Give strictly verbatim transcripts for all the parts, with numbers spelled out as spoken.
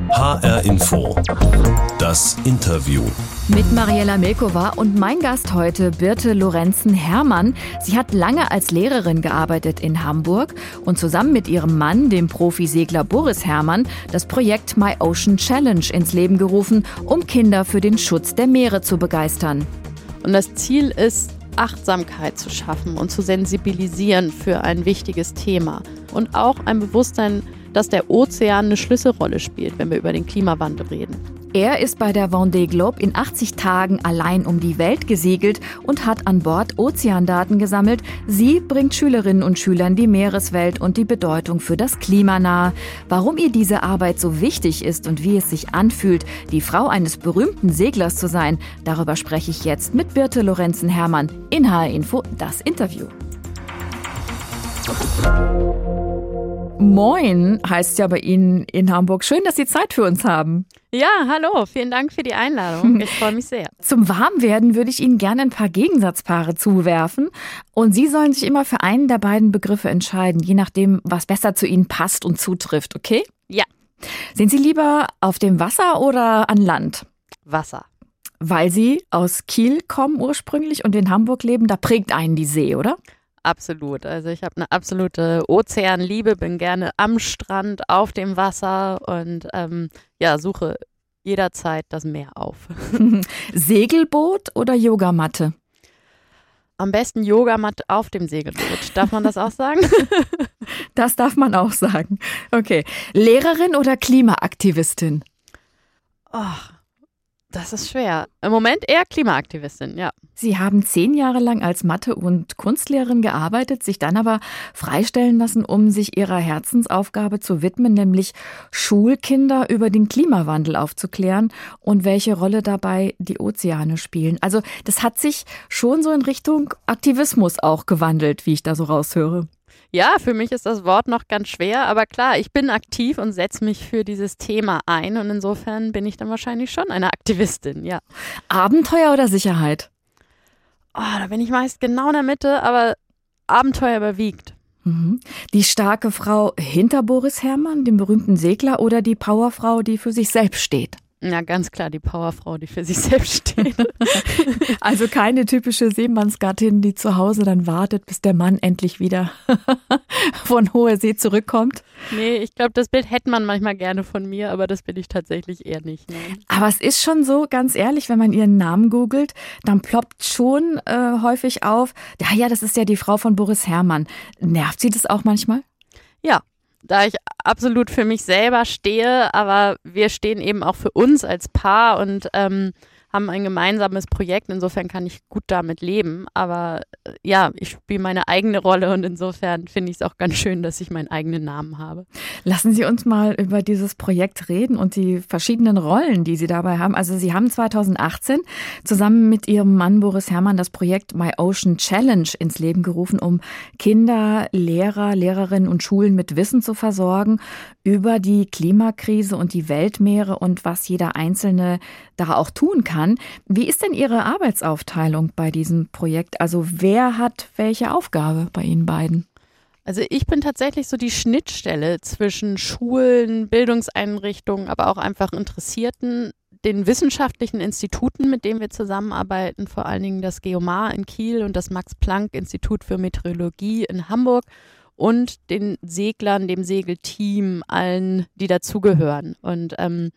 H R Info. Das Interview. Mit Mariella Milkova und mein Gast heute Birte Lorenzen-Herrmann. Sie hat lange als Lehrerin gearbeitet in Hamburg und zusammen mit ihrem Mann, dem Profisegler Boris Herrmann, das Projekt My Ocean Challenge ins Leben gerufen, um Kinder für den Schutz der Meere zu begeistern. Und das Ziel ist, Achtsamkeit zu schaffen und zu sensibilisieren für ein wichtiges Thema. Und auch ein Bewusstsein, dass der Ozean eine Schlüsselrolle spielt, wenn wir über den Klimawandel reden. Er ist bei der Vendée Globe in achtzig Tagen allein um die Welt gesegelt und hat an Bord Ozeandaten gesammelt. Sie bringt Schülerinnen und Schülern die Meereswelt und die Bedeutung für das Klima nahe. Warum ihr diese Arbeit so wichtig ist und wie es sich anfühlt, die Frau eines berühmten Seglers zu sein, darüber spreche ich jetzt mit Birte Lorenzen-Herrmann in H R Info, das Interview. Moin, heißt ja bei Ihnen in Hamburg. Schön, dass Sie Zeit für uns haben. Ja, hallo, vielen Dank für die Einladung. Ich freue mich sehr. Zum Warmwerden würde ich Ihnen gerne ein paar Gegensatzpaare zuwerfen. Und Sie sollen sich immer für einen der beiden Begriffe entscheiden, je nachdem, was besser zu Ihnen passt und zutrifft, okay? Ja. Sind Sie lieber auf dem Wasser oder an Land? Wasser. Weil Sie aus Kiel kommen ursprünglich und in Hamburg leben, da prägt einen die See, oder? Absolut. Also ich habe eine absolute Ozeanliebe, bin gerne am Strand, auf dem Wasser und ähm, ja, suche jederzeit das Meer auf. Segelboot oder Yogamatte? Am besten Yogamatte auf dem Segelboot. Darf man das auch sagen? Das darf man auch sagen. Okay. Lehrerin oder Klimaaktivistin? Oh, das ist schwer. Im Moment eher Klimaaktivistin, ja. Sie haben zehn Jahre lang als Mathe- und Kunstlehrerin gearbeitet, sich dann aber freistellen lassen, um sich ihrer Herzensaufgabe zu widmen, nämlich Schulkinder über den Klimawandel aufzuklären und welche Rolle dabei die Ozeane spielen. Also das hat sich schon so in Richtung Aktivismus auch gewandelt, wie ich da so raushöre. Ja, für mich ist das Wort noch ganz schwer, aber klar, ich bin aktiv und setze mich für dieses Thema ein und insofern bin ich dann wahrscheinlich schon eine Aktivistin, ja. Abenteuer oder Sicherheit? Oh, da bin ich meist genau in der Mitte, aber Abenteuer überwiegt. Mhm. Die starke Frau hinter Boris Herrmann, dem berühmten Segler, oder die Powerfrau, die für sich selbst steht? Ja, ganz klar, die Powerfrau, die für sich selbst steht. Also keine typische Seemannsgattin, die zu Hause dann wartet, bis der Mann endlich wieder von hoher See zurückkommt. Nee, ich glaube, das Bild hätte man manchmal gerne von mir, aber das bin ich tatsächlich eher nicht. Nein. Aber es ist schon so, ganz ehrlich, wenn man ihren Namen googelt, dann ploppt schon äh, häufig auf, ja, ja, das ist ja die Frau von Boris Herrmann. Nervt sie das auch manchmal? Ja. Da ich absolut für mich selber stehe, aber wir stehen eben auch für uns als Paar und ähm, haben ein gemeinsames Projekt. Insofern kann ich gut damit leben. Aber äh, ja, ich spiele meine eigene Rolle und insofern finde ich es auch ganz schön, dass ich meinen eigenen Namen habe. Lassen Sie uns mal über dieses Projekt reden und die verschiedenen Rollen, die Sie dabei haben. Also Sie haben zweitausendachtzehn zusammen mit Ihrem Mann Boris Herrmann das Projekt My Ocean Challenge ins Leben gerufen, um Kinder, Lehrer, Lehrerinnen und Schulen mit Wissen zu versorgen über die Klimakrise und die Weltmeere und was jeder Einzelne da auch tun kann. Wie ist denn Ihre Arbeitsaufteilung bei diesem Projekt? Also wer hat welche Aufgabe bei Ihnen beiden? Also ich bin tatsächlich so die Schnittstelle zwischen Schulen, Bildungseinrichtungen, aber auch einfach Interessierten, den wissenschaftlichen Instituten, mit denen wir zusammenarbeiten, vor allen Dingen das Geomar in Kiel und das Max-Planck-Institut für Meteorologie in Hamburg und den Seglern, dem Segelteam, allen, die dazugehören. Und ähm,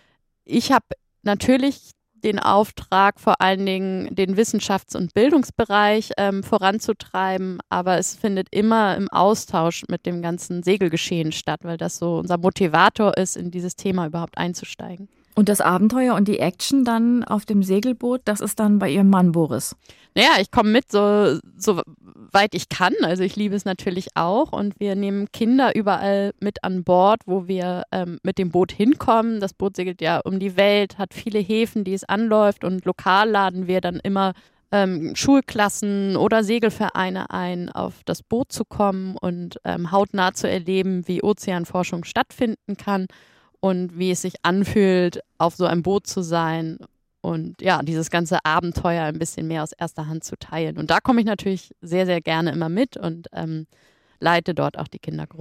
ich habe natürlich den Auftrag, vor allen Dingen den Wissenschafts- und Bildungsbereich ähm, voranzutreiben, aber es findet immer im Austausch mit dem ganzen Segelgeschehen statt, weil das so unser Motivator ist, in dieses Thema überhaupt einzusteigen. Und das Abenteuer und die Action dann auf dem Segelboot, das ist dann bei Ihrem Mann Boris? Naja, ich komme mit, so, so weit ich kann. Also ich liebe es natürlich auch. Und wir nehmen Kinder überall mit an Bord, wo wir ähm, mit dem Boot hinkommen. Das Boot segelt ja um die Welt, hat viele Häfen, die es anläuft. Und lokal laden wir dann immer ähm, Schulklassen oder Segelvereine ein, auf das Boot zu kommen und ähm, hautnah zu erleben, wie Ozeanforschung stattfinden kann. Und wie es sich anfühlt, auf so einem Boot zu sein und ja, dieses ganze Abenteuer ein bisschen mehr aus erster Hand zu teilen. Und da komme ich natürlich sehr, sehr gerne immer mit und ähm, leite dort auch die Kindergruppen.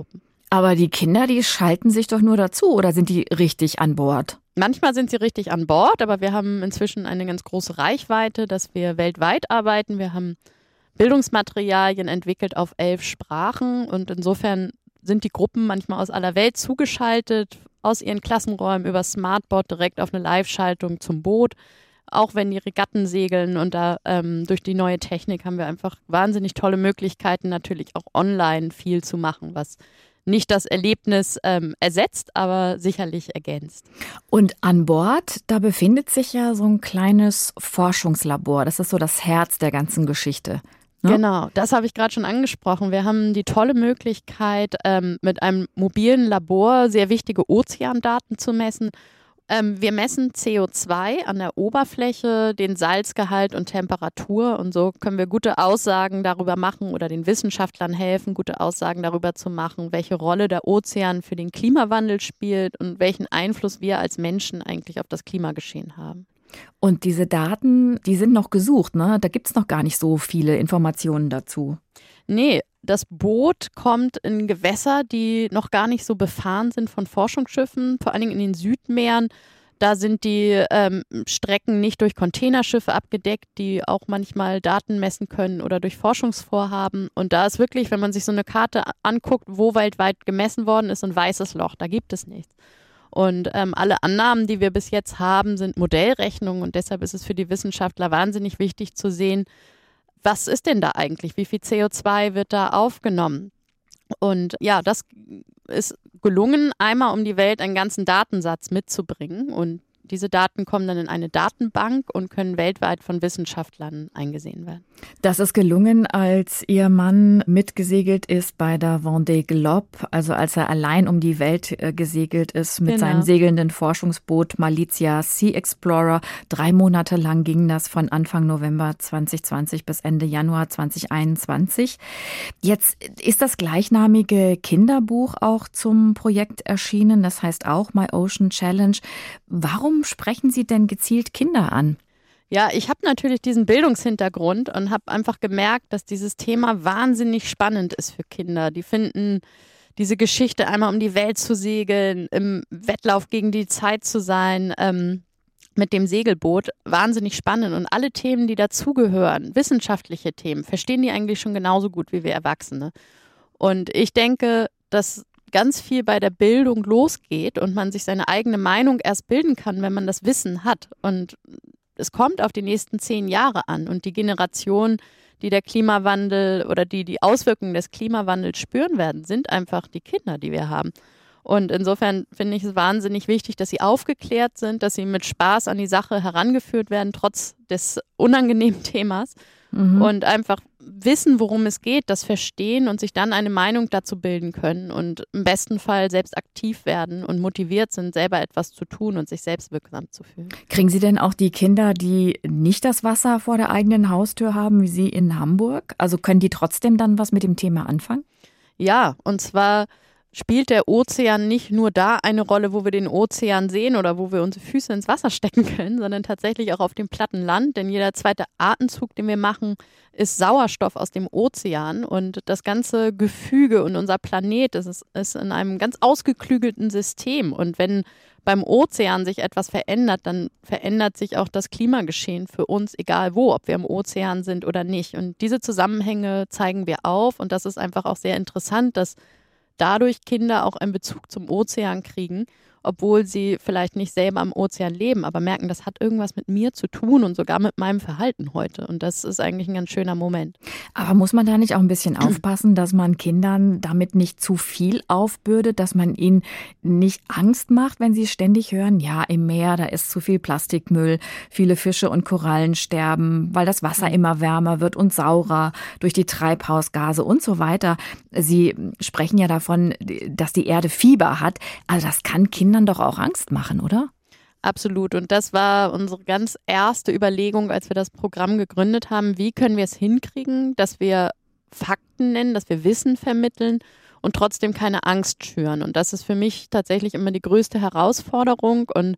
Aber die Kinder, die schalten sich doch nur dazu oder sind die richtig an Bord? Manchmal sind sie richtig an Bord, aber wir haben inzwischen eine ganz große Reichweite, dass wir weltweit arbeiten. Wir haben Bildungsmaterialien entwickelt auf elf Sprachen und insofern sind die Gruppen manchmal aus aller Welt zugeschaltet, aus ihren Klassenräumen über Smartboard direkt auf eine Live-Schaltung zum Boot. Auch wenn die Regatten segeln und da ähm, durch die neue Technik haben wir einfach wahnsinnig tolle Möglichkeiten, natürlich auch online viel zu machen, was nicht das Erlebnis ähm, ersetzt, aber sicherlich ergänzt. Und an Bord, da befindet sich ja so ein kleines Forschungslabor. Das ist so das Herz der ganzen Geschichte. Ne? Genau, das habe ich gerade schon angesprochen. Wir haben die tolle Möglichkeit, ähm, mit einem mobilen Labor sehr wichtige Ozeandaten zu messen. Ähm, wir messen C O zwei an der Oberfläche, den Salzgehalt und Temperatur und so können wir gute Aussagen darüber machen oder den Wissenschaftlern helfen, gute Aussagen darüber zu machen, welche Rolle der Ozean für den Klimawandel spielt und welchen Einfluss wir als Menschen eigentlich auf das Klimageschehen haben. Und diese Daten, die sind noch gesucht, ne? Da gibt es noch gar nicht so viele Informationen dazu. Nee, das Boot kommt in Gewässer, die noch gar nicht so befahren sind von Forschungsschiffen, vor allen Dingen in den Südmeeren. Da sind die ähm, Strecken nicht durch Containerschiffe abgedeckt, die auch manchmal Daten messen können oder durch Forschungsvorhaben. Und da ist wirklich, wenn man sich so eine Karte anguckt, wo weltweit gemessen worden ist, ein weißes Loch, da gibt es nichts. Und ähm, alle Annahmen, die wir bis jetzt haben, sind Modellrechnungen und deshalb ist es für die Wissenschaftler wahnsinnig wichtig zu sehen, was ist denn da eigentlich? Wie viel C O zwei wird da aufgenommen? Und ja, das ist gelungen, einmal um die Welt einen ganzen Datensatz mitzubringen. Und diese Daten kommen dann in eine Datenbank und können weltweit von Wissenschaftlern eingesehen werden. Das ist gelungen, als Ihr Mann mitgesegelt ist bei der Vendée Globe, also als er allein um die Welt gesegelt ist mit Genau. seinem segelnden Forschungsboot Malizia Sea Explorer. Drei Monate lang ging das von Anfang November zwanzig zwanzig bis Ende Januar zwanzig einundzwanzig. Jetzt ist das gleichnamige Kinderbuch auch zum Projekt erschienen, das heißt auch My Ocean Challenge. Warum sprechen Sie denn gezielt Kinder an? Ja, ich habe natürlich diesen Bildungshintergrund und habe einfach gemerkt, dass dieses Thema wahnsinnig spannend ist für Kinder. Die finden diese Geschichte, einmal um die Welt zu segeln, im Wettlauf gegen die Zeit zu sein, ähm, mit dem Segelboot, wahnsinnig spannend. Und alle Themen, die dazugehören, wissenschaftliche Themen, verstehen die eigentlich schon genauso gut wie wir Erwachsene. Und ich denke, dass ganz viel bei der Bildung losgeht und man sich seine eigene Meinung erst bilden kann, wenn man das Wissen hat. Und es kommt auf die nächsten zehn Jahre an und die Generation, die der Klimawandel oder die die Auswirkungen des Klimawandels spüren werden, sind einfach die Kinder, die wir haben. Und insofern finde ich es wahnsinnig wichtig, dass sie aufgeklärt sind, dass sie mit Spaß an die Sache herangeführt werden, trotz des unangenehmen Themas. Mhm. Und einfach wissen, worum es geht, das verstehen und sich dann eine Meinung dazu bilden können und im besten Fall selbst aktiv werden und motiviert sind, selber etwas zu tun und sich selbst wirksam zu fühlen. Kriegen Sie denn auch die Kinder, die nicht das Wasser vor der eigenen Haustür haben, wie Sie in Hamburg? Also können die trotzdem dann was mit dem Thema anfangen? Ja, und zwar spielt der Ozean nicht nur da eine Rolle, wo wir den Ozean sehen oder wo wir unsere Füße ins Wasser stecken können, sondern tatsächlich auch auf dem platten Land. Denn jeder zweite Atemzug, den wir machen, ist Sauerstoff aus dem Ozean. Und das ganze Gefüge und unser Planet ist, ist in einem ganz ausgeklügelten System. Und wenn beim Ozean sich etwas verändert, dann verändert sich auch das Klimageschehen für uns, egal wo, ob wir im Ozean sind oder nicht. Und diese Zusammenhänge zeigen wir auf. Und das ist einfach auch sehr interessant, dass dadurch Kinder auch einen Bezug zum Ozean kriegen, obwohl sie vielleicht nicht selber am Ozean leben, aber merken, das hat irgendwas mit mir zu tun und sogar mit meinem Verhalten heute. Und das ist eigentlich ein ganz schöner Moment. Aber muss man da nicht auch ein bisschen aufpassen, dass man Kindern damit nicht zu viel aufbürdet, dass man ihnen nicht Angst macht, wenn sie ständig hören, ja, im Meer, da ist zu viel Plastikmüll, viele Fische und Korallen sterben, weil das Wasser immer wärmer wird und saurer durch die Treibhausgase und so weiter. Sie sprechen ja davon, dass die Erde Fieber hat. Also das kann Kindern doch auch Angst machen, oder? Absolut. Und das war unsere ganz erste Überlegung, als wir das Programm gegründet haben. Wie können wir es hinkriegen, dass wir Fakten nennen, dass wir Wissen vermitteln und trotzdem keine Angst schüren? Und das ist für mich tatsächlich immer die größte Herausforderung. Und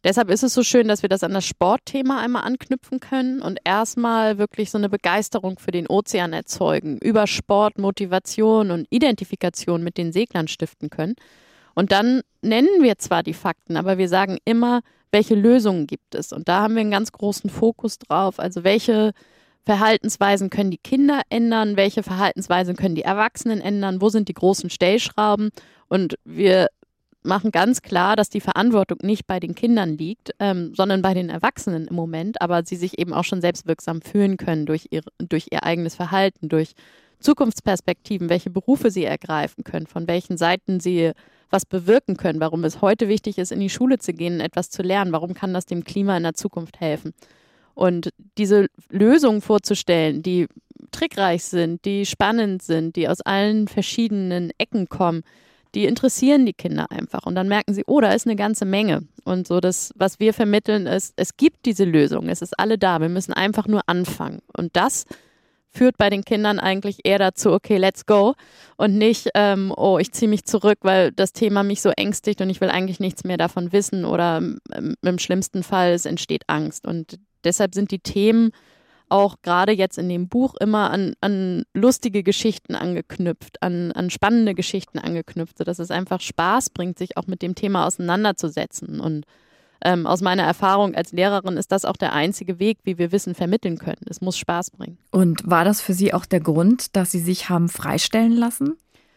Deshalb ist es so schön, dass wir das an das Sportthema einmal anknüpfen können und erstmal wirklich so eine Begeisterung für den Ozean erzeugen, über Sport, Motivation und Identifikation mit den Seglern stiften können. Und dann nennen wir zwar die Fakten, aber wir sagen immer, welche Lösungen gibt es. Und da haben wir einen ganz großen Fokus drauf. Also welche Verhaltensweisen können die Kinder ändern, welche Verhaltensweisen können die Erwachsenen ändern, wo sind die großen Stellschrauben. Und wir machen ganz klar, dass die Verantwortung nicht bei den Kindern liegt, ähm, sondern bei den Erwachsenen im Moment, aber sie sich eben auch schon selbstwirksam fühlen können durch ihr, durch ihr eigenes Verhalten, durch Zukunftsperspektiven, welche Berufe sie ergreifen können, von welchen Seiten sie was bewirken können, warum es heute wichtig ist, in die Schule zu gehen, etwas zu lernen, warum kann das dem Klima in der Zukunft helfen. Und diese Lösungen vorzustellen, die trickreich sind, die spannend sind, die aus allen verschiedenen Ecken kommen, die interessieren die Kinder einfach. Und dann merken sie, oh, da ist eine ganze Menge. Und so das, was wir vermitteln, ist, es gibt diese Lösung, es ist alle da, wir müssen einfach nur anfangen. Und das führt bei den Kindern eigentlich eher dazu, okay, let's go und nicht, ähm, oh, ich ziehe mich zurück, weil das Thema mich so ängstigt und ich will eigentlich nichts mehr davon wissen oder ähm, im schlimmsten Fall, es entsteht Angst. Und deshalb sind die Themen auch gerade jetzt in dem Buch immer an, an lustige Geschichten angeknüpft, an, an spannende Geschichten angeknüpft, sodass es einfach Spaß bringt, sich auch mit dem Thema auseinanderzusetzen. Und ähm, aus meiner Erfahrung als Lehrerin ist das auch der einzige Weg, wie wir Wissen vermitteln können. Es muss Spaß bringen. Und war das für Sie auch der Grund, dass Sie sich haben freistellen lassen?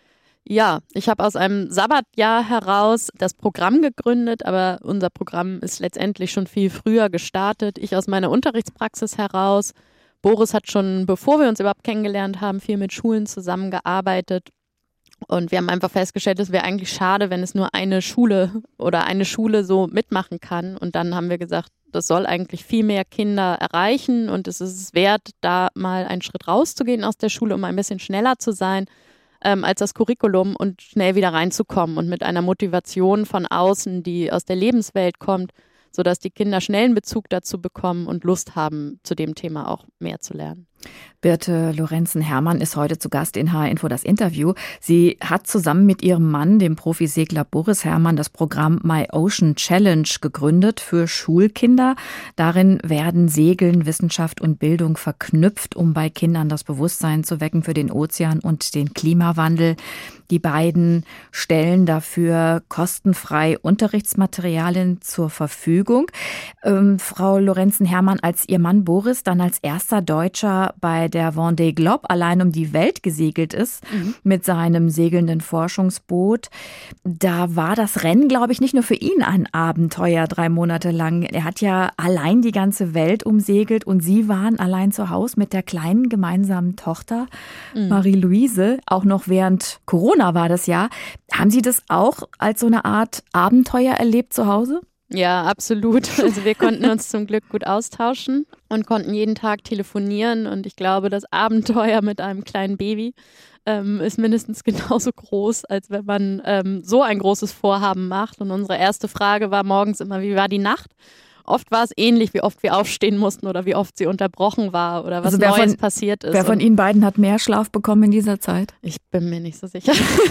Ja, ich habe aus einem Sabbatjahr heraus das Programm gegründet, aber unser Programm ist letztendlich schon viel früher gestartet. Ich aus meiner Unterrichtspraxis heraus. Boris hat schon, bevor wir uns überhaupt kennengelernt haben, viel mit Schulen zusammengearbeitet. Und wir haben einfach festgestellt, es wäre eigentlich schade, wenn es nur eine Schule oder eine Schule so mitmachen kann. Und dann haben wir gesagt, das soll eigentlich viel mehr Kinder erreichen und es ist es wert, da mal einen Schritt rauszugehen aus der Schule, um ein bisschen schneller zu sein ähm, als das Curriculum und schnell wieder reinzukommen und mit einer Motivation von außen, die aus der Lebenswelt kommt, sodass die Kinder schnell einen Bezug dazu bekommen und Lust haben, zu dem Thema auch mehr zu lernen. Birte Lorenzen-Hermann ist heute zu Gast in H R Info das Interview. Sie hat zusammen mit ihrem Mann, dem Profisegler Boris Herrmann, das Programm My Ocean Challenge gegründet für Schulkinder. Darin werden Segeln, Wissenschaft und Bildung verknüpft, um bei Kindern das Bewusstsein zu wecken für den Ozean und den Klimawandel. Die beiden stellen dafür kostenfrei Unterrichtsmaterialien zur Verfügung. Ähm, Frau Lorenzen-Hermann, als ihr Mann Boris dann als erster Deutscher bei der Vendée Globe allein um die Welt gesegelt ist, mhm. mit seinem segelnden Forschungsboot, da war das Rennen, glaube ich, nicht nur für ihn ein Abenteuer drei Monate lang. Er hat ja allein die ganze Welt umsegelt und Sie waren allein zu Hause mit der kleinen gemeinsamen Tochter, mhm. Marie-Louise, auch noch während Corona war das ja. Haben Sie das auch als so eine Art Abenteuer erlebt zu Hause? Ja, absolut. Also wir konnten uns zum Glück gut austauschen und konnten jeden Tag telefonieren und ich glaube, das Abenteuer mit einem kleinen Baby ähm, ist mindestens genauso groß, als wenn man ähm, so ein großes Vorhaben macht. Und unsere erste Frage war morgens immer, wie war die Nacht? Oft war es ähnlich, wie oft wir aufstehen mussten oder wie oft sie unterbrochen war oder was also Neues von, passiert ist. Wer von Ihnen beiden hat mehr Schlaf bekommen in dieser Zeit? Ich bin mir nicht so sicher.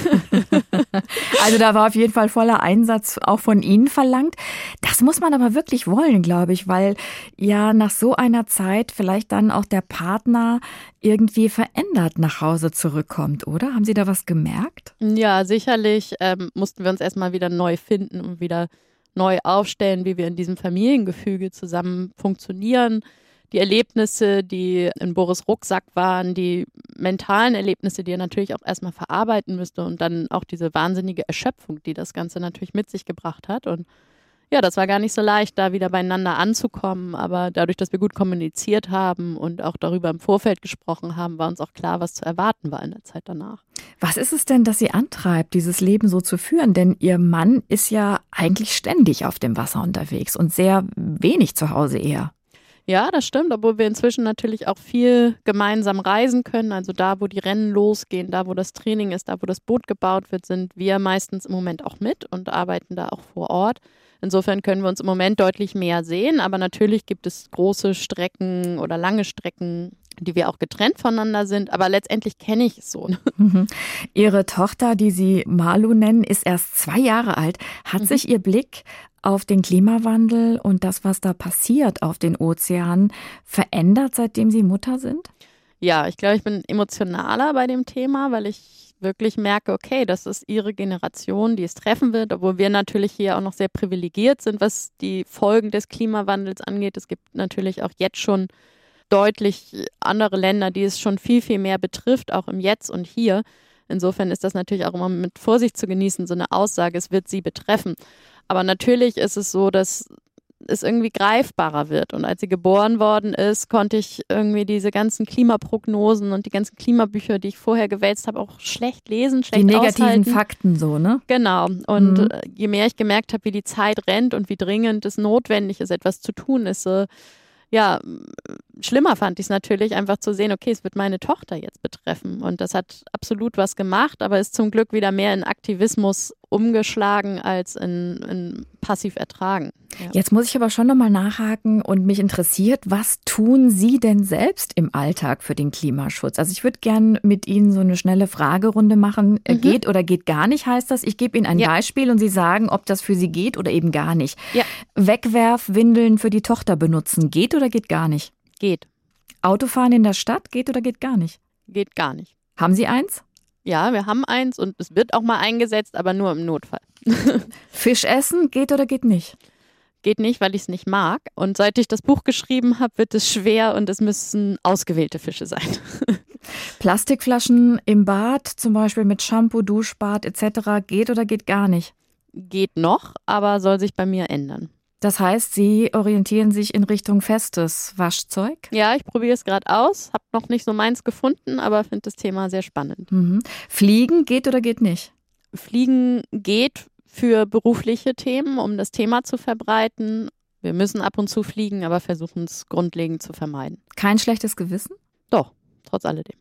Also da war auf jeden Fall voller Einsatz auch von Ihnen verlangt. Das muss man aber wirklich wollen, glaube ich, weil ja nach so einer Zeit vielleicht dann auch der Partner irgendwie verändert nach Hause zurückkommt, oder? Haben Sie da was gemerkt? Ja, sicherlich ähm, mussten wir uns erstmal wieder neu finden und wieder neu aufstellen, wie wir in diesem Familiengefüge zusammen funktionieren. Die Erlebnisse, die in Boris' Rucksack waren, die mentalen Erlebnisse, die er natürlich auch erstmal verarbeiten müsste und dann auch diese wahnsinnige Erschöpfung, die das Ganze natürlich mit sich gebracht hat. Und ja, das war gar nicht so leicht, da wieder beieinander anzukommen, aber dadurch, dass wir gut kommuniziert haben und auch darüber im Vorfeld gesprochen haben, war uns auch klar, was zu erwarten war in der Zeit danach. Was ist es denn, das Sie antreibt, dieses Leben so zu führen? Denn Ihr Mann ist ja eigentlich ständig auf dem Wasser unterwegs und sehr wenig zu Hause eher. Ja, das stimmt, obwohl wir inzwischen natürlich auch viel gemeinsam reisen können. Also da, wo die Rennen losgehen, da, wo das Training ist, da, wo das Boot gebaut wird, sind wir meistens im Moment auch mit und arbeiten da auch vor Ort. Insofern können wir uns im Moment deutlich mehr sehen, aber natürlich gibt es große Strecken oder lange Strecken, die wir auch getrennt voneinander sind, aber letztendlich kenne ich es so. Mhm. Ihre Tochter, die Sie Malu nennen, ist erst zwei Jahre alt. Hat mhm. sich Ihr Blick auf den Klimawandel und das, was da passiert auf den Ozeanen, verändert, seitdem Sie Mutter sind? Ja, ich glaube, ich bin emotionaler bei dem Thema, weil ich wirklich merke, okay, das ist ihre Generation, die es treffen wird, obwohl wir natürlich hier auch noch sehr privilegiert sind, was die Folgen des Klimawandels angeht. Es gibt natürlich auch jetzt schon deutlich andere Länder, die es schon viel, viel mehr betrifft, auch im Jetzt und Hier. Insofern ist das natürlich auch immer mit Vorsicht zu genießen, so eine Aussage, es wird sie betreffen. Aber natürlich ist es so, dass es irgendwie greifbarer wird. Und als sie geboren worden ist, konnte ich irgendwie diese ganzen Klimaprognosen und die ganzen Klimabücher, die ich vorher gewälzt habe, auch schlecht lesen, schlecht Die negativen aushalten. Fakten so, ne? Genau. Und Mhm. je mehr ich gemerkt habe, wie die Zeit rennt und wie dringend es notwendig ist, etwas zu tun, ist so, ja, schlimmer fand ich es natürlich, einfach zu sehen, okay, es wird meine Tochter jetzt betreffen. Und das hat absolut was gemacht, aber ist zum Glück wieder mehr in Aktivismus umgeschlagen als in, in passiv ertragen. Ja. Jetzt muss ich aber schon nochmal nachhaken und mich interessiert, was tun Sie denn selbst im Alltag für den Klimaschutz? Also ich würde gerne mit Ihnen so eine schnelle Fragerunde machen. Mhm. Geht oder geht gar nicht, heißt das. Ich gebe Ihnen ein ja. Beispiel und Sie sagen, ob das für Sie geht oder eben gar nicht. Ja. Wegwerfwindeln für die Tochter benutzen, geht oder geht gar nicht? Geht. Autofahren in der Stadt, geht oder geht gar nicht? Geht gar nicht. Haben Sie eins? Ja, wir haben eins und es wird auch mal eingesetzt, aber nur im Notfall. Fisch essen, geht oder geht nicht? Geht nicht, weil ich es nicht mag. Und seit ich das Buch geschrieben habe, wird es schwer und es müssen ausgewählte Fische sein. Plastikflaschen im Bad, zum Beispiel mit Shampoo, Duschbad et cetera, geht oder geht gar nicht? Geht noch, aber soll sich bei mir ändern. Das heißt, Sie orientieren sich in Richtung festes Waschzeug? Ja, ich probiere es gerade aus, habe noch nicht so meins gefunden, aber finde das Thema sehr spannend. Mhm. Fliegen geht oder geht nicht? Fliegen geht für berufliche Themen, um das Thema zu verbreiten. Wir müssen ab und zu fliegen, aber versuchen es grundlegend zu vermeiden. Kein schlechtes Gewissen? Doch, trotz alledem.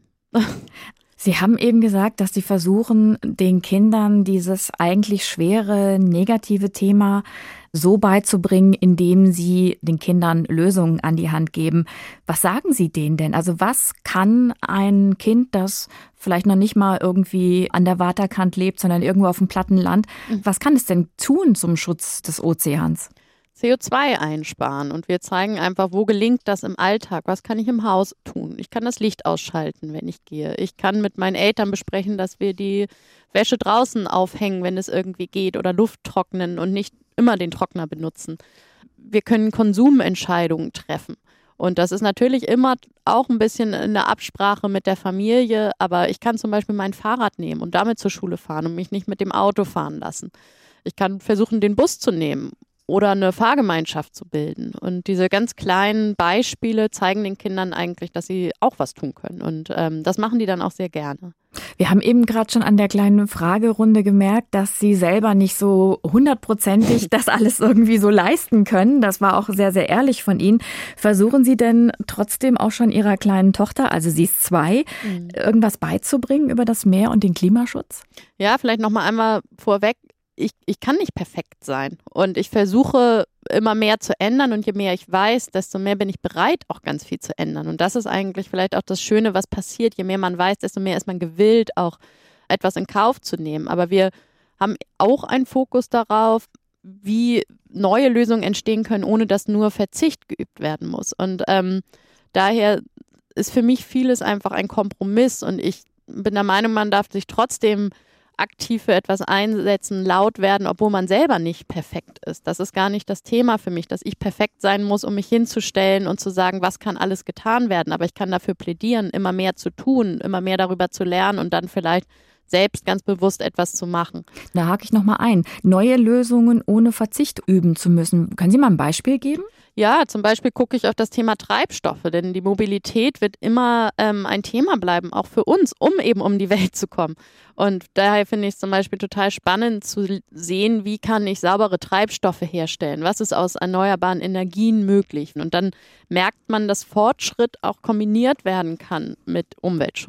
Sie haben eben gesagt, dass Sie versuchen, den Kindern dieses eigentlich schwere, negative Thema so beizubringen, indem Sie den Kindern Lösungen an die Hand geben. Was sagen Sie denen denn? Also was kann ein Kind, das vielleicht noch nicht mal irgendwie an der Waterkant lebt, sondern irgendwo auf dem platten Land, was kann es denn tun zum Schutz des Ozeans? C O zwei einsparen und wir zeigen einfach, wo gelingt das im Alltag, was kann ich im Haus tun. Ich kann das Licht ausschalten, wenn ich gehe. Ich kann mit meinen Eltern besprechen, dass wir die Wäsche draußen aufhängen, wenn es irgendwie geht, oder Luft trocknen und nicht immer den Trockner benutzen. Wir können Konsumentscheidungen treffen. Und das ist natürlich immer auch ein bisschen eine Absprache mit der Familie, aber ich kann zum Beispiel mein Fahrrad nehmen und damit zur Schule fahren und mich nicht mit dem Auto fahren lassen. Ich kann versuchen, den Bus zu nehmen oder eine Fahrgemeinschaft zu bilden. Und diese ganz kleinen Beispiele zeigen den Kindern eigentlich, dass sie auch was tun können. Und ähm, das machen die dann auch sehr gerne. Wir haben eben gerade schon an der kleinen Fragerunde gemerkt, dass Sie selber nicht so hundertprozentig das alles irgendwie so leisten können. Das war auch sehr, sehr ehrlich von Ihnen. Versuchen Sie denn trotzdem auch schon Ihrer kleinen Tochter, also sie ist zwei, mhm. irgendwas beizubringen über das Meer und den Klimaschutz? Ja, vielleicht noch mal einmal vorweg. Ich, ich kann nicht perfekt sein und ich versuche immer mehr zu ändern und je mehr ich weiß, desto mehr bin ich bereit, auch ganz viel zu ändern. Und das ist eigentlich vielleicht auch das Schöne, was passiert. Je mehr man weiß, desto mehr ist man gewillt, auch etwas in Kauf zu nehmen. Aber wir haben auch einen Fokus darauf, wie neue Lösungen entstehen können, ohne dass nur Verzicht geübt werden muss. Und ähm, daher ist für mich vieles einfach ein Kompromiss und ich bin der Meinung, man darf sich trotzdem aktiv für etwas einsetzen, laut werden, obwohl man selber nicht perfekt ist. Das ist gar nicht das Thema für mich, dass ich perfekt sein muss, um mich hinzustellen und zu sagen, was kann alles getan werden. Aber ich kann dafür plädieren, immer mehr zu tun, immer mehr darüber zu lernen und dann vielleicht selbst ganz bewusst etwas zu machen. Da hake ich nochmal ein. Neue Lösungen ohne Verzicht üben zu müssen. Können Sie mal ein Beispiel geben? Ja, zum Beispiel gucke ich auf das Thema Treibstoffe, denn die Mobilität wird immer ähm, ein Thema bleiben, auch für uns, um eben um die Welt zu kommen. Und daher finde ich es zum Beispiel total spannend zu sehen, wie kann ich saubere Treibstoffe herstellen? Was ist aus erneuerbaren Energien möglich? Und dann merkt man, dass Fortschritt auch kombiniert werden kann mit Umweltschutz.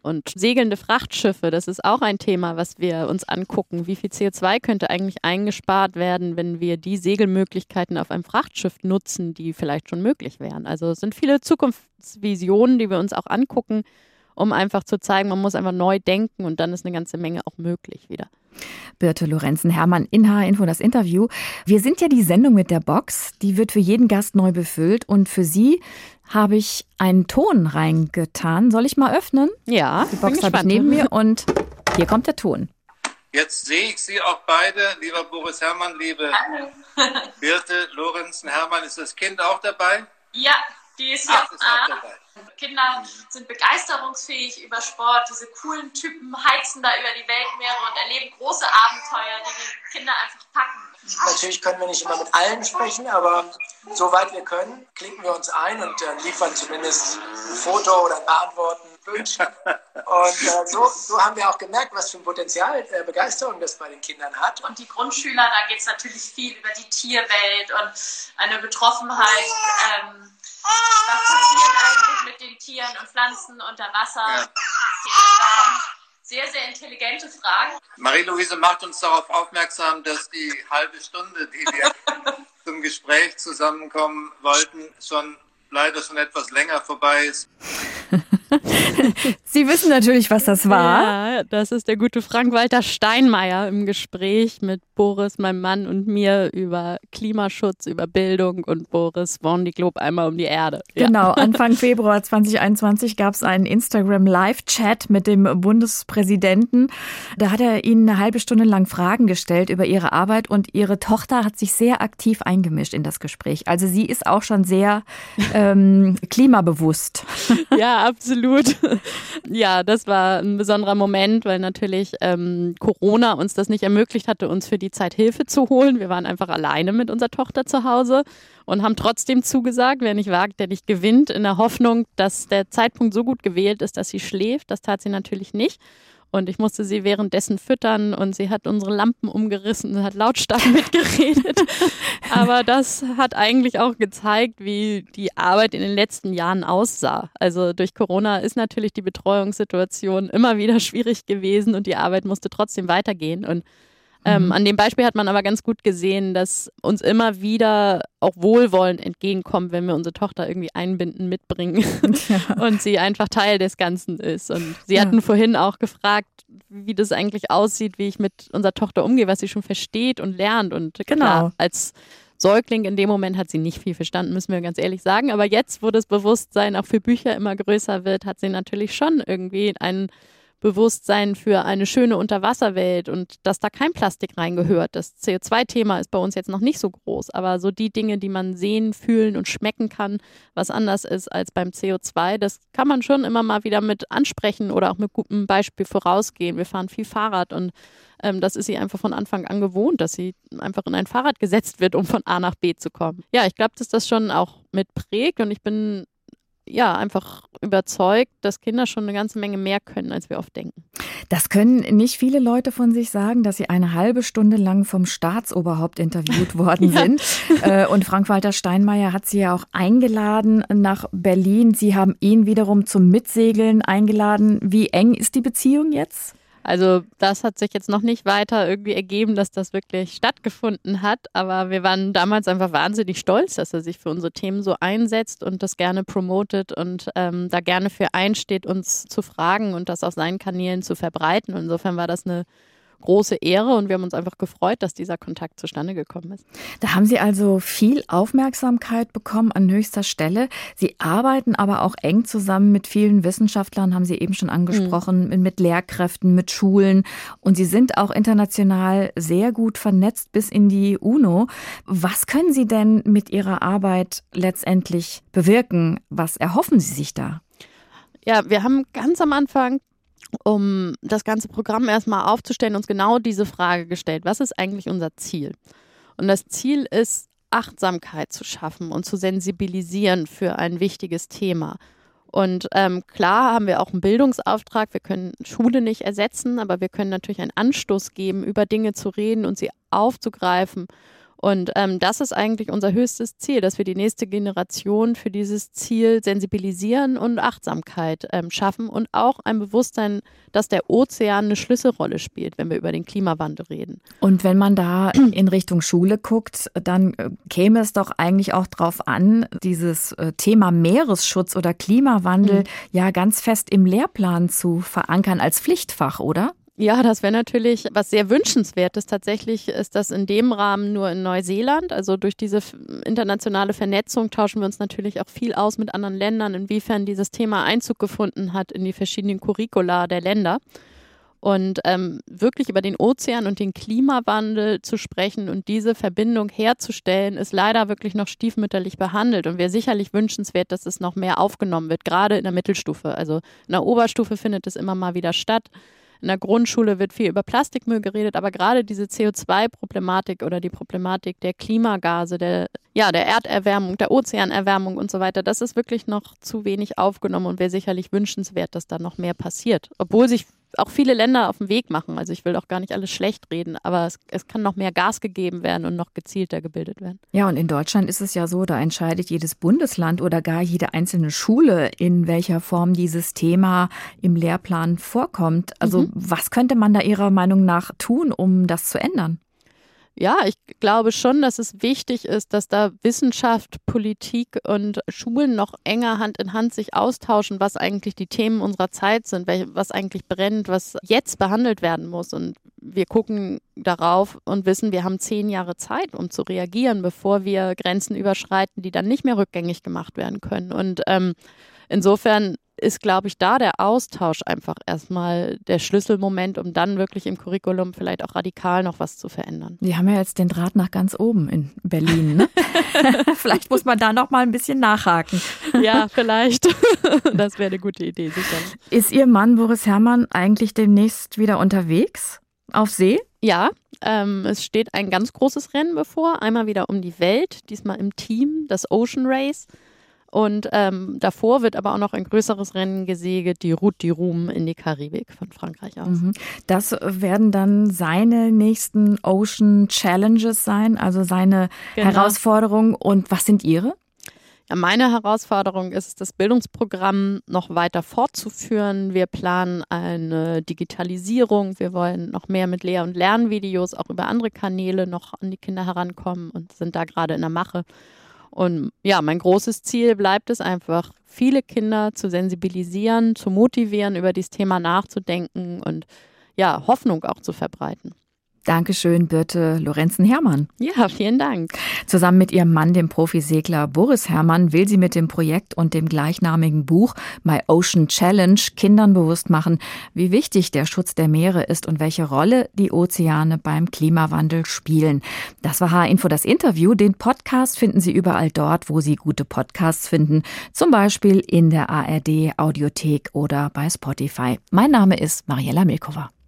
Und segelnde Frachtschiffe, das ist auch ein Thema, was wir uns angucken. Wie viel C O zwei könnte eigentlich eingespart werden, wenn wir die Segelmöglichkeiten auf einem Frachtschiff nutzen, die vielleicht schon möglich wären? Also es sind viele Zukunftsvisionen, die wir uns auch angucken, um einfach zu zeigen, man muss einfach neu denken und dann ist eine ganze Menge auch möglich wieder. Birte Lorenzen-Hermann in H R-Info das Interview. Wir sind ja die Sendung mit der Box, die wird für jeden Gast neu befüllt und für Sie habe ich einen Ton reingetan. Soll ich mal öffnen? Ja, die Box habe ich neben mir und hier kommt der Ton. Jetzt sehe ich Sie auch beide, lieber Boris Herrmann, liebe Birte Lorenzen-Hermann. Ist das Kind auch dabei? Ja, die ist hier Ach, ist auch dabei. Kinder sind begeisterungsfähig über Sport. Diese coolen Typen heizen da über die Weltmeere und erleben große Abenteuer, die die Kinder einfach packen. Natürlich können wir nicht immer mit allen sprechen, aber soweit wir können, klicken wir uns ein und äh, liefern zumindest ein Foto oder ein paar Antworten. Und äh, so, so haben wir auch gemerkt, was für ein Potenzial äh, Begeisterung das bei den Kindern hat. Und die Grundschüler, da geht es natürlich viel über die Tierwelt und eine Betroffenheit. Ähm, was passiert eigentlich mit den Tieren und Pflanzen unter Wasser? Ja. Da kommen sehr, sehr intelligente Fragen. Marie-Louise macht uns darauf aufmerksam, dass die halbe Stunde, die wir zum Gespräch zusammenkommen wollten, schon leider schon etwas länger vorbei ist. Sie wissen natürlich, was das war. Ja, das ist der gute Frank-Walter Steinmeier im Gespräch mit Boris, meinem Mann und mir über Klimaschutz, über Bildung und Boris wohnt die Globe einmal um die Erde. Ja. Genau, Anfang Februar zwanzig einundzwanzig gab es einen Instagram-Live-Chat mit dem Bundespräsidenten. Da hat er Ihnen eine halbe Stunde lang Fragen gestellt über Ihre Arbeit und Ihre Tochter hat sich sehr aktiv eingemischt in das Gespräch. Also sie ist auch schon sehr ähm, klimabewusst. Ja, absolut. Ja, das war ein besonderer Moment, weil natürlich ähm, Corona uns das nicht ermöglicht hatte, uns für die Zeit Hilfe zu holen. Wir waren einfach alleine mit unserer Tochter zu Hause und haben trotzdem zugesagt, wer nicht wagt, der nicht gewinnt, in der Hoffnung, dass der Zeitpunkt so gut gewählt ist, dass sie schläft. Das tat sie natürlich nicht. Und ich musste sie währenddessen füttern und sie hat unsere Lampen umgerissen und hat lautstark mitgeredet. Aber das hat eigentlich auch gezeigt, wie die Arbeit in den letzten Jahren aussah. Also durch Corona ist natürlich die Betreuungssituation immer wieder schwierig gewesen und die Arbeit musste trotzdem weitergehen. Und Ähm, mhm. An dem Beispiel hat man aber ganz gut gesehen, dass uns immer wieder auch wohlwollend entgegenkommt, wenn wir unsere Tochter irgendwie einbinden, mitbringen ja. und sie einfach Teil des Ganzen ist. Und Sie ja. hatten vorhin auch gefragt, wie das eigentlich aussieht, wie ich mit unserer Tochter umgehe, was sie schon versteht und lernt. Und genau. klar, als Säugling in dem Moment hat sie nicht viel verstanden, müssen wir ganz ehrlich sagen. Aber jetzt, wo das Bewusstsein auch für Bücher immer größer wird, hat sie natürlich schon irgendwie einen Bewusstsein für eine schöne Unterwasserwelt und dass da kein Plastik reingehört. Das C O zwei Thema ist bei uns jetzt noch nicht so groß, aber so die Dinge, die man sehen, fühlen und schmecken kann, was anders ist als beim C O zwei, das kann man schon immer mal wieder mit ansprechen oder auch mit gutem Beispiel vorausgehen. Wir fahren viel Fahrrad und ähm, das ist sie einfach von Anfang an gewohnt, dass sie einfach in ein Fahrrad gesetzt wird, um von A nach B zu kommen. Ja, ich glaube, dass das schon auch mitprägt und ich bin ja, einfach überzeugt, dass Kinder schon eine ganze Menge mehr können, als wir oft denken. Das können nicht viele Leute von sich sagen, dass sie eine halbe Stunde lang vom Staatsoberhaupt interviewt worden ja. sind. Und Frank-Walter Steinmeier hat sie ja auch eingeladen nach Berlin. Sie haben ihn wiederum zum Mitsegeln eingeladen. Wie eng ist die Beziehung jetzt? Also das hat sich jetzt noch nicht weiter irgendwie ergeben, dass das wirklich stattgefunden hat, aber wir waren damals einfach wahnsinnig stolz, dass er sich für unsere Themen so einsetzt und das gerne promotet und ähm, da gerne für einsteht, uns zu fragen und das auf seinen Kanälen zu verbreiten. Und insofern war das eine große Ehre und wir haben uns einfach gefreut, dass dieser Kontakt zustande gekommen ist. Da haben Sie also viel Aufmerksamkeit bekommen an höchster Stelle. Sie arbeiten aber auch eng zusammen mit vielen Wissenschaftlern, haben Sie eben schon angesprochen, mhm. mit Lehrkräften, mit Schulen und Sie sind auch international sehr gut vernetzt bis in die UNO. Was können Sie denn mit Ihrer Arbeit letztendlich bewirken? Was erhoffen Sie sich da? Ja, wir haben ganz am Anfang, um das ganze Programm erstmal aufzustellen, uns genau diese Frage gestellt. Was ist eigentlich unser Ziel? Und das Ziel ist, Achtsamkeit zu schaffen und zu sensibilisieren für ein wichtiges Thema. Und ähm, klar haben wir auch einen Bildungsauftrag. Wir können Schule nicht ersetzen, aber wir können natürlich einen Anstoß geben, über Dinge zu reden und sie aufzugreifen Und ähm, das ist eigentlich unser höchstes Ziel, dass wir die nächste Generation für dieses Ziel sensibilisieren und Achtsamkeit ähm, schaffen und auch ein Bewusstsein, dass der Ozean eine Schlüsselrolle spielt, wenn wir über den Klimawandel reden. Und wenn man da in Richtung Schule guckt, dann käme es doch eigentlich auch drauf an, dieses Thema Meeresschutz oder Klimawandel mhm. ja ganz fest im Lehrplan zu verankern als Pflichtfach, oder? Ja, das wäre natürlich was sehr Wünschenswertes. Tatsächlich ist das in dem Rahmen nur in Neuseeland. Also durch diese internationale Vernetzung tauschen wir uns natürlich auch viel aus mit anderen Ländern, inwiefern dieses Thema Einzug gefunden hat in die verschiedenen Curricula der Länder. Und ähm, wirklich über den Ozean und den Klimawandel zu sprechen und diese Verbindung herzustellen, ist leider wirklich noch stiefmütterlich behandelt und wäre sicherlich wünschenswert, dass es noch mehr aufgenommen wird, gerade in der Mittelstufe. Also in der Oberstufe findet es immer mal wieder statt. In der Grundschule wird viel über Plastikmüll geredet, aber gerade diese C O zwei Problematik oder die Problematik der Klimagase, der, ja, der Erderwärmung, der Ozeanerwärmung und so weiter, das ist wirklich noch zu wenig aufgenommen und wäre sicherlich wünschenswert, dass da noch mehr passiert. Obwohl sich auch viele Länder auf den Weg machen. Also ich will auch gar nicht alles schlecht reden, aber es, es kann noch mehr Gas gegeben werden und noch gezielter gebildet werden. Ja, und in Deutschland ist es ja so, da entscheidet jedes Bundesland oder gar jede einzelne Schule, in welcher Form dieses Thema im Lehrplan vorkommt. Also mhm. was könnte man da Ihrer Meinung nach tun, um das zu ändern? Ja, ich glaube schon, dass es wichtig ist, dass da Wissenschaft, Politik und Schulen noch enger Hand in Hand sich austauschen, was eigentlich die Themen unserer Zeit sind, was eigentlich brennt, was jetzt behandelt werden muss. Und wir gucken darauf und wissen, wir haben zehn Jahre Zeit, um zu reagieren, bevor wir Grenzen überschreiten, die dann nicht mehr rückgängig gemacht werden können. Und ähm, insofern ist, glaube ich, da der Austausch einfach erstmal der Schlüsselmoment, um dann wirklich im Curriculum vielleicht auch radikal noch was zu verändern. Sie haben ja jetzt den Draht nach ganz oben in Berlin, ne? Vielleicht muss man da noch mal ein bisschen nachhaken. Ja, vielleicht. Das wäre eine gute Idee, sicher. Ist Ihr Mann Boris Herrmann eigentlich demnächst wieder unterwegs auf See? Ja, ähm, es steht ein ganz großes Rennen bevor. Einmal wieder um die Welt, diesmal im Team, das Ocean Race. Und ähm, davor wird aber auch noch ein größeres Rennen gesegelt, die Route du Rhum in die Karibik von Frankreich aus. Das werden dann seine nächsten Ocean Challenges sein, also seine genau. Herausforderungen. Und was sind Ihre? Ja, meine Herausforderung ist es, das Bildungsprogramm noch weiter fortzuführen. Wir planen eine Digitalisierung. Wir wollen noch mehr mit Lehr- und Lernvideos auch über andere Kanäle noch an die Kinder herankommen und sind da gerade in der Mache. Und ja, mein großes Ziel bleibt es einfach, viele Kinder zu sensibilisieren, zu motivieren, über dieses Thema nachzudenken und ja, Hoffnung auch zu verbreiten. Dankeschön, Birte Lorenzen-Herrmann. Ja, vielen Dank. Zusammen mit ihrem Mann, dem Profisegler Boris Herrmann, will sie mit dem Projekt und dem gleichnamigen Buch My Ocean Challenge Kindern bewusst machen, wie wichtig der Schutz der Meere ist und welche Rolle die Ozeane beim Klimawandel spielen. Das war H R-Info das Interview. Den Podcast finden Sie überall dort, wo Sie gute Podcasts finden. Zum Beispiel in der A R D Audiothek oder bei Spotify. Mein Name ist Mariella Milkova.